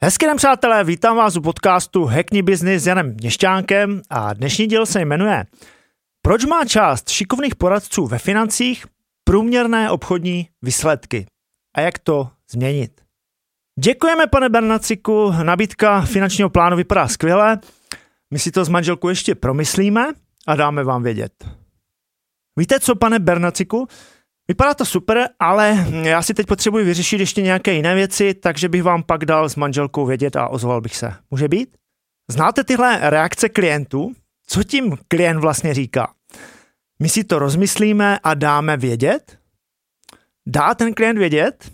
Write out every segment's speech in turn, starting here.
Hezký den, přátelé, vítám vás u podcastu Hackni Business s Janem Měšťánkem a dnešní díl se jmenuje Proč má část šikovných poradců ve financích průměrné obchodní výsledky a jak to změnit. Děkujeme, pane Bernaciku, nabídka finančního plánu vypadá skvěle, my si to s manželkou ještě promyslíme a dáme vám vědět. Víte co, pane Bernaciku? Vypadá to super, ale já si teď potřebuji vyřešit ještě nějaké jiné věci, takže bych vám pak dal s manželkou vědět a ozval bych se. Může být? Znáte tyhle reakce klientů? Co tím klient vlastně říká? My si to rozmyslíme a dáme vědět? Dá ten klient vědět?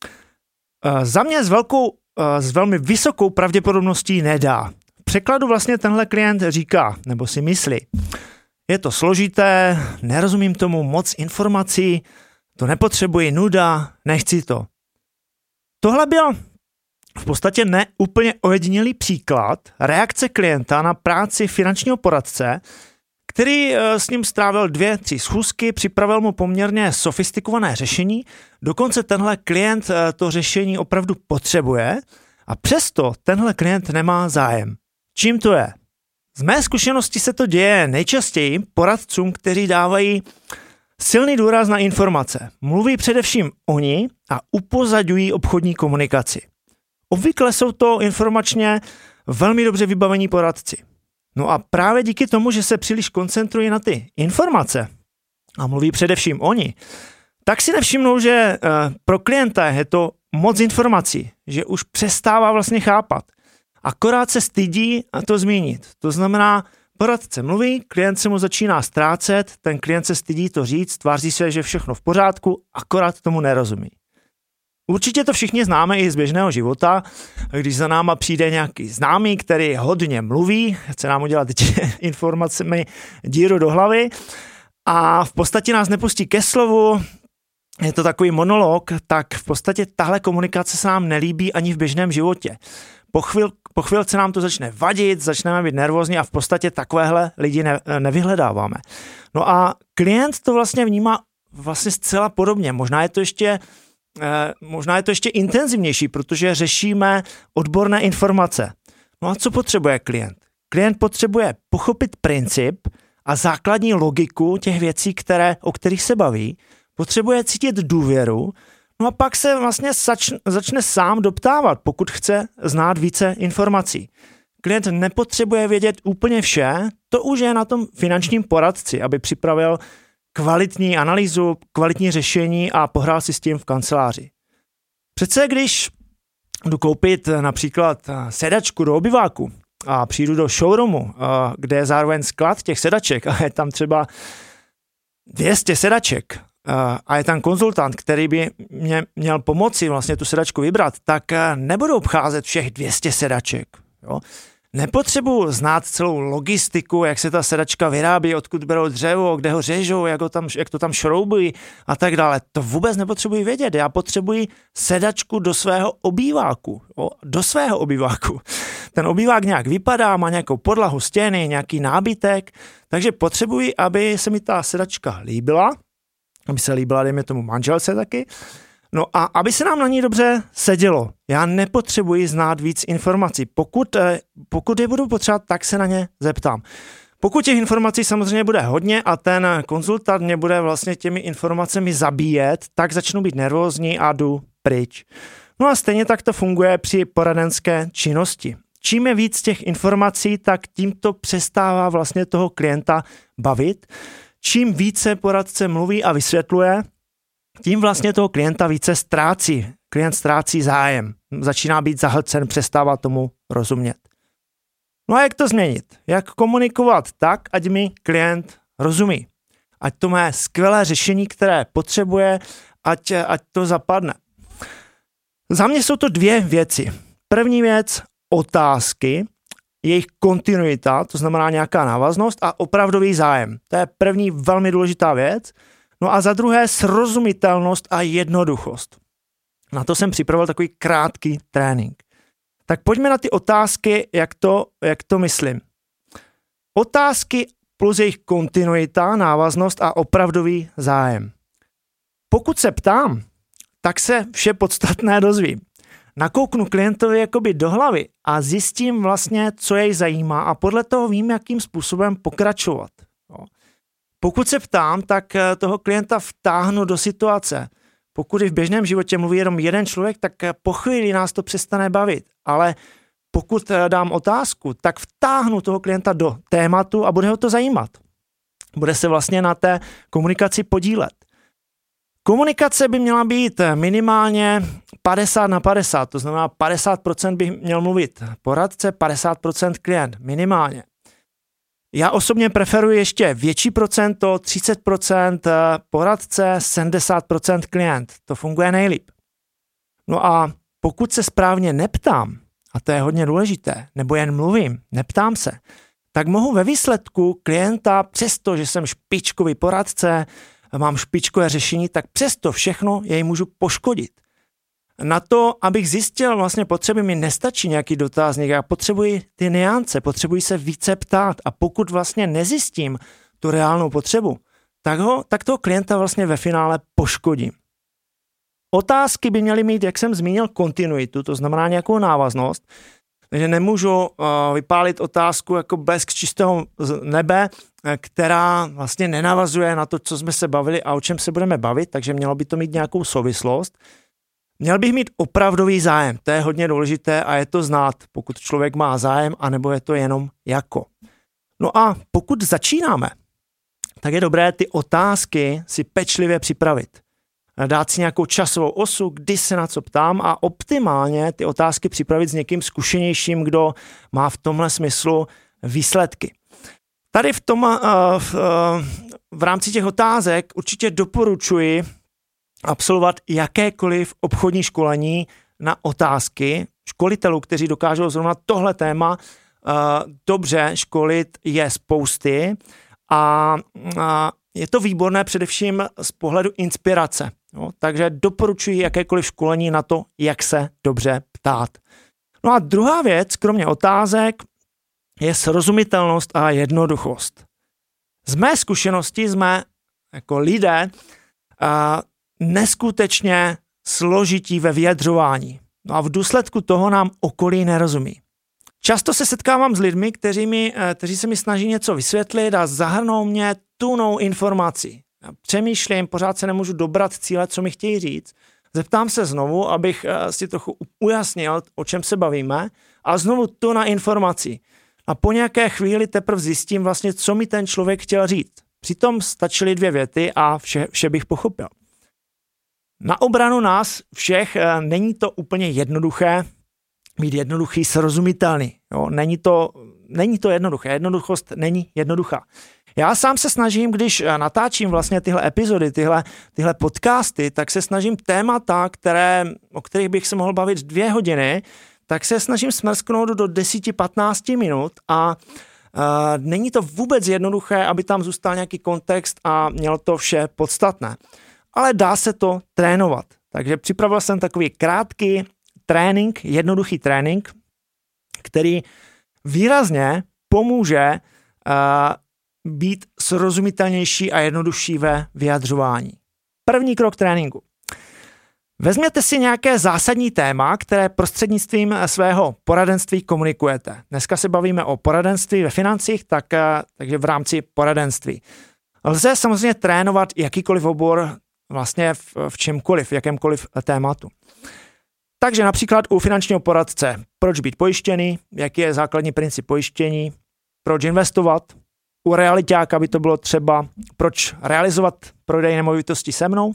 Za mě s velmi vysokou pravděpodobností nedá. V překladu vlastně tenhle klient říká, nebo si myslí, je to složité, nerozumím tomu, moc informací, to nepotřebuji, nuda, nechci to. Tohle byl v podstatě neúplně ojedinělý příklad reakce klienta na práci finančního poradce, který s ním strávil 2-3 schůzky, připravil mu poměrně sofistikované řešení, dokonce tenhle klient to řešení opravdu potřebuje a přesto tenhle klient nemá zájem. Čím to je? Z mé zkušenosti se to děje nejčastěji poradcům, kteří dávají silný důraz na informace. Mluví především oni a upozaďují obchodní komunikaci. Obvykle jsou to informačně velmi dobře vybavení poradci. No a právě díky tomu, že se příliš koncentrují na ty informace a mluví především oni, tak si nevšimnou, že pro klienta je to moc informací, že už přestává vlastně chápat. Akorát se stydí a to změnit. To znamená, poradce mluví, klient se mu začíná ztrácet, ten klient se stydí to říct, tváří se, že všechno v pořádku, akorát tomu nerozumí. Určitě to všichni známe i z běžného života, když za náma přijde nějaký známý, který hodně mluví, chce nám udělat informacemi díru do hlavy a v podstatě nás nepustí ke slovu, je to takový monolog, tak v podstatě tahle komunikace se nám nelíbí ani v běžném životě. Po chvilce nám to začne vadit, začneme být nervózní a v podstatě takovéhle lidi nevyhledáváme. No a klient to vlastně vnímá vlastně zcela podobně. Možná je to ještě intenzivnější, protože řešíme odborné informace. No a co potřebuje klient? Klient potřebuje pochopit princip a základní logiku těch věcí, o kterých se baví, potřebuje cítit důvěru, no a pak se vlastně začne sám doptávat, pokud chce znát více informací. Klient nepotřebuje vědět úplně vše, to už je na tom finančním poradci, aby připravil kvalitní analýzu, kvalitní řešení a pohrál si s tím v kanceláři. Přece když jdu koupit například sedačku do obyváku a přijdu do showroomu, kde je zároveň sklad těch sedaček a je tam třeba 200 sedaček, a je tam konzultant, který by mě měl pomoci vlastně tu sedačku vybrat, tak nebudu obcházet všech 200 sedaček. Jo? Nepotřebuji znát celou logistiku, jak se ta sedačka vyrábí, odkud berou dřevo, kde ho řežou, jak to tam šroubují a tak dále. To vůbec nepotřebuji vědět. Já potřebuji sedačku do svého obýváku. Jo? Do svého obýváku. Ten obývák nějak vypadá, má nějakou podlahu, stěny, nějaký nábytek, takže potřebuji, aby se mi ta sedačka líbila, aby se líbila, dejme tomu manželce taky. No a aby se nám na ní dobře sedělo. Já nepotřebuji znát víc informací. Pokud je budu potřebovat, tak se na ně zeptám. Pokud těch informací samozřejmě bude hodně a ten konzultant mě bude vlastně těmi informacemi zabíjet, tak začnu být nervózní a jdu pryč. No a stejně tak to funguje při poradenské činnosti. Čím je víc těch informací, tak tím to přestává vlastně toho klienta bavit. Čím více poradce mluví a vysvětluje, tím vlastně toho klienta více ztrácí. Klient ztrácí zájem, začíná být zahlcen, přestává tomu rozumět. No a jak to změnit? Jak komunikovat tak, ať mi klient rozumí? Ať to má skvělé řešení, které potřebuje, ať to zapadne. Za mě jsou to dvě věci. První věc, otázky, jejich kontinuita, to znamená nějaká návaznost a opravdový zájem. To je první velmi důležitá věc. No a za druhé srozumitelnost a jednoduchost. Na to jsem připravil takový krátký trénink. Tak pojďme na ty otázky, jak to myslím. Otázky plus jejich kontinuita, návaznost a opravdový zájem. Pokud se ptám, tak se vše podstatné dozvím. nakouknu klientovi jakoby do hlavy a zjistím vlastně, co jej zajímá a podle toho vím, jakým způsobem pokračovat. Pokud se ptám, tak toho klienta vtáhnu do situace. Pokud i v běžném životě mluví jenom jeden člověk, tak po chvíli nás to přestane bavit. Ale pokud dám otázku, tak vtáhnu toho klienta do tématu a bude ho to zajímat. Bude se vlastně na té komunikaci podílet. Komunikace by měla být minimálně 50/50, to znamená 50% by měl mluvit poradce, 50% klient, minimálně. Já osobně preferuji ještě větší procento, 30% poradce, 70% klient. To funguje nejlíp. No a pokud se správně neptám, a to je hodně důležité, nebo jen mluvím, neptám se, tak mohu ve výsledku klienta, přesto, že jsem špičkový poradce, mám špičkové řešení, tak přesto všechno jej můžu poškodit. Na to, abych zjistil vlastně potřeby, mi nestačí nějaký dotazník, já potřebuji ty nuance, potřebuji se více ptát a pokud vlastně nezjistím tu reálnou potřebu, tak toho klienta vlastně ve finále poškodím. Otázky by měly mít, jak jsem zmínil, kontinuitu, to znamená nějakou návaznost, takže nemůžu vypálit otázku jako blesk čistého nebe, která vlastně nenavazuje na to, co jsme se bavili a o čem se budeme bavit, takže mělo by to mít nějakou souvislost. Měl bych mít opravdový zájem, to je hodně důležité a je to znát, pokud člověk má zájem, anebo je to jenom jako. No a pokud začínáme, tak je dobré ty otázky si pečlivě připravit. Dát si nějakou časovou osu, kdy se na co ptám a optimálně ty otázky připravit s někým zkušenějším, kdo má v tomhle smyslu výsledky. Tady v rámci těch otázek určitě doporučuji absolvovat jakékoliv obchodní školení na otázky. Školitelů, kteří dokážou zrovna tohle téma dobře školit, je spousty a je to výborné především z pohledu inspirace. Takže doporučuji jakékoliv školení na to, jak se dobře ptát. No a druhá věc, kromě otázek, je srozumitelnost a jednoduchost. Z mé zkušenosti jsme jako lidé neskutečně složití ve vyjadřování. No a v důsledku toho nám okolí nerozumí. Často se setkávám s lidmi, kteří se mi snaží něco vysvětlit a zahrnou mě tunou informací. Já přemýšlím, pořád se nemůžu dobrat cíle, co mi chtějí říct. Zeptám se znovu, abych si trochu ujasnil, o čem se bavíme, a znovu tuna informací. A po nějaké chvíli teprve zjistím vlastně, co mi ten člověk chtěl říct. Přitom stačily 2 věty a vše bych pochopil. Na obranu nás všech není to úplně jednoduché být jednoduchý, srozumitelný. Jo? Není to jednoduché. Jednoduchost není jednoduchá. Já sám se snažím, když natáčím vlastně tyhle epizody, tyhle podcasty, tak se snažím témata, o kterých bych se mohl bavit 2 hodiny, tak se snažím smrsknout do 10-15 minut a není to vůbec jednoduché, aby tam zůstal nějaký kontext a mělo to vše podstatné. Ale dá se to trénovat. Takže připravil jsem takový krátký trénink, jednoduchý trénink, který výrazně pomůže být srozumitelnější a jednodušší ve vyjadřování. První krok tréninku. Vezměte si nějaké zásadní téma, které prostřednictvím svého poradenství komunikujete. Dneska se bavíme o poradenství ve financích, takže v rámci poradenství. Lze samozřejmě trénovat jakýkoliv obor vlastně v čemkoliv, v jakémkoliv tématu. Takže například u finančního poradce, proč být pojištěný, jaký je základní princip pojištění, proč investovat, u realitáka by to bylo třeba, proč realizovat prodej nemovitosti se mnou.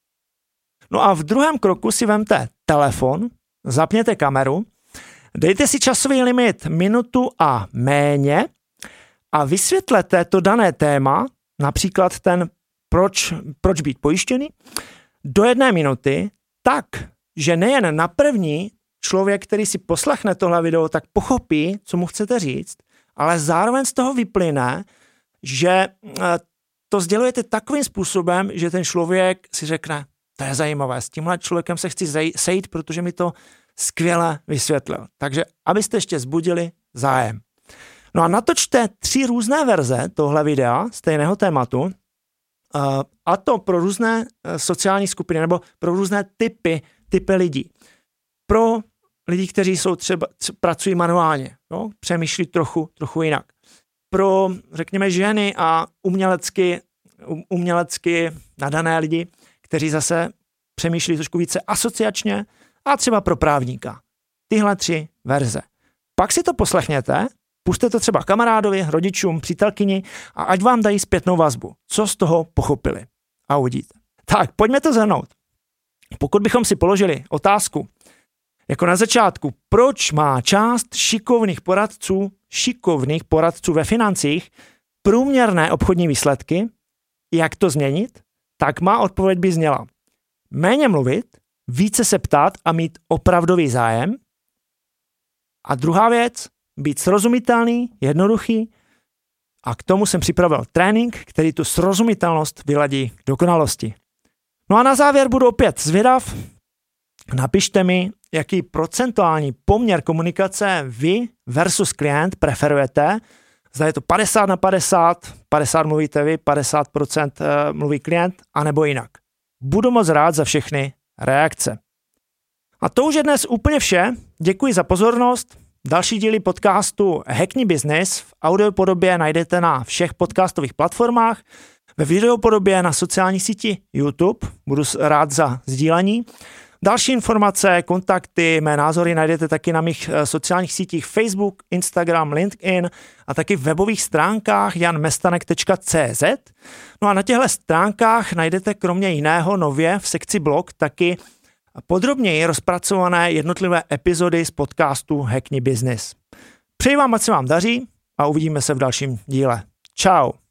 No a v druhém kroku si vemte telefon, zapněte kameru, dejte si časový limit minutu a méně a vysvětlete to dané téma, například ten proč být pojištěný, do 1 minuty tak, že nejen na první člověk, který si poslechne tohle video, tak pochopí, co mu chcete říct, ale zároveň z toho vyplyne, že to sdělujete takovým způsobem, že ten člověk si řekne, to je zajímavé, s tímhle člověkem se chci sejít, protože mi to skvěle vysvětlil. Takže abyste ještě vzbudili zájem. No a natočte 3 různé verze tohle videa, stejného tématu, a to pro různé sociální skupiny nebo pro různé typy lidí. Pro lidi, kteří jsou třeba pracují manuálně, jo? Přemýšlí trochu jinak. Pro, řekněme, ženy a umělecky nadané lidi, kteří zase přemýšlí trošku více asociačně, a třeba pro právníka. Tyhle 3 verze. Pak si to poslechněte, pusťte to třeba kamarádovi, rodičům, přítelkyni a ať vám dají zpětnou vazbu, co z toho pochopili. A uvidíte. Tak, pojďme to shrnout. Pokud bychom si položili otázku, jako na začátku, proč má část šikovných poradců ve financích průměrné obchodní výsledky, jak to změnit, tak má odpověď by zněla: méně mluvit, více se ptát a mít opravdový zájem. A druhá věc, být srozumitelný, jednoduchý, a k tomu jsem připravil trénink, který tu srozumitelnost vyladí k dokonalosti. No a na závěr budu opět zvědav. Napište mi, jaký procentuální poměr komunikace vy versus klient preferujete. Zda je to 50/50, 50 mluvíte vy, 50% mluví klient, anebo jinak. Budu moc rád za všechny reakce. A to už je dnes úplně vše. Děkuji za pozornost. Další díly podcastu Hackni Business v audiopodobě najdete na všech podcastových platformách, ve videopodobě na sociální síti YouTube. Budu rád za sdílení. Další informace, kontakty, mé názory najdete taky na mých sociálních sítích Facebook, Instagram, LinkedIn a taky v webových stránkách janmestanek.cz. No a na těchto stránkách najdete kromě jiného nově v sekci blog taky podrobněji rozpracované jednotlivé epizody z podcastu Hackni Business. Přeji vám, ať se vám daří a uvidíme se v dalším díle. Čau.